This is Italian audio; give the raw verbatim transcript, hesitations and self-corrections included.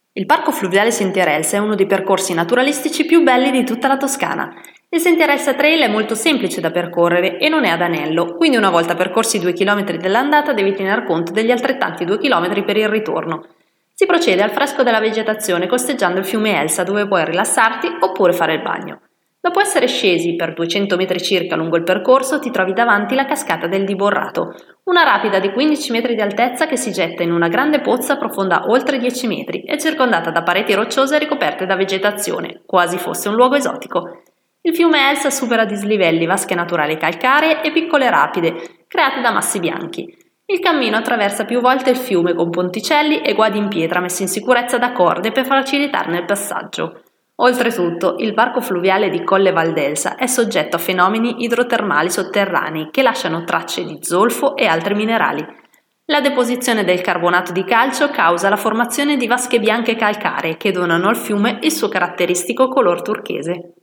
Il Parco Fluviale Sentier Elsa è uno dei percorsi naturalistici più belli di tutta la Toscana. Il Sentier Elsa Trail è molto semplice da percorrere e non è ad anello, quindi una volta percorsi i due chilometri dell'andata devi tener conto degli altrettanti due chilometri per il ritorno. Si procede al fresco della vegetazione costeggiando il fiume Elsa, dove puoi rilassarti oppure fare il bagno. Dopo essere scesi per duecento metri circa lungo il percorso ti trovi davanti la cascata del Diborrato, una rapida di quindici metri di altezza che si getta in una grande pozza profonda oltre dieci metri e circondata da pareti rocciose ricoperte da vegetazione, quasi fosse un luogo esotico. Il fiume Elsa supera dislivelli, vasche naturali calcaree e piccole rapide, create da massi bianchi. Il cammino attraversa più volte il fiume con ponticelli e guadi in pietra messi in sicurezza da corde per facilitarne il passaggio. Oltretutto, il parco fluviale di Colle Valdelsa è soggetto a fenomeni idrotermali sotterranei che lasciano tracce di zolfo e altri minerali. La deposizione del carbonato di calcio causa la formazione di vasche bianche calcaree che donano al fiume il suo caratteristico color turchese.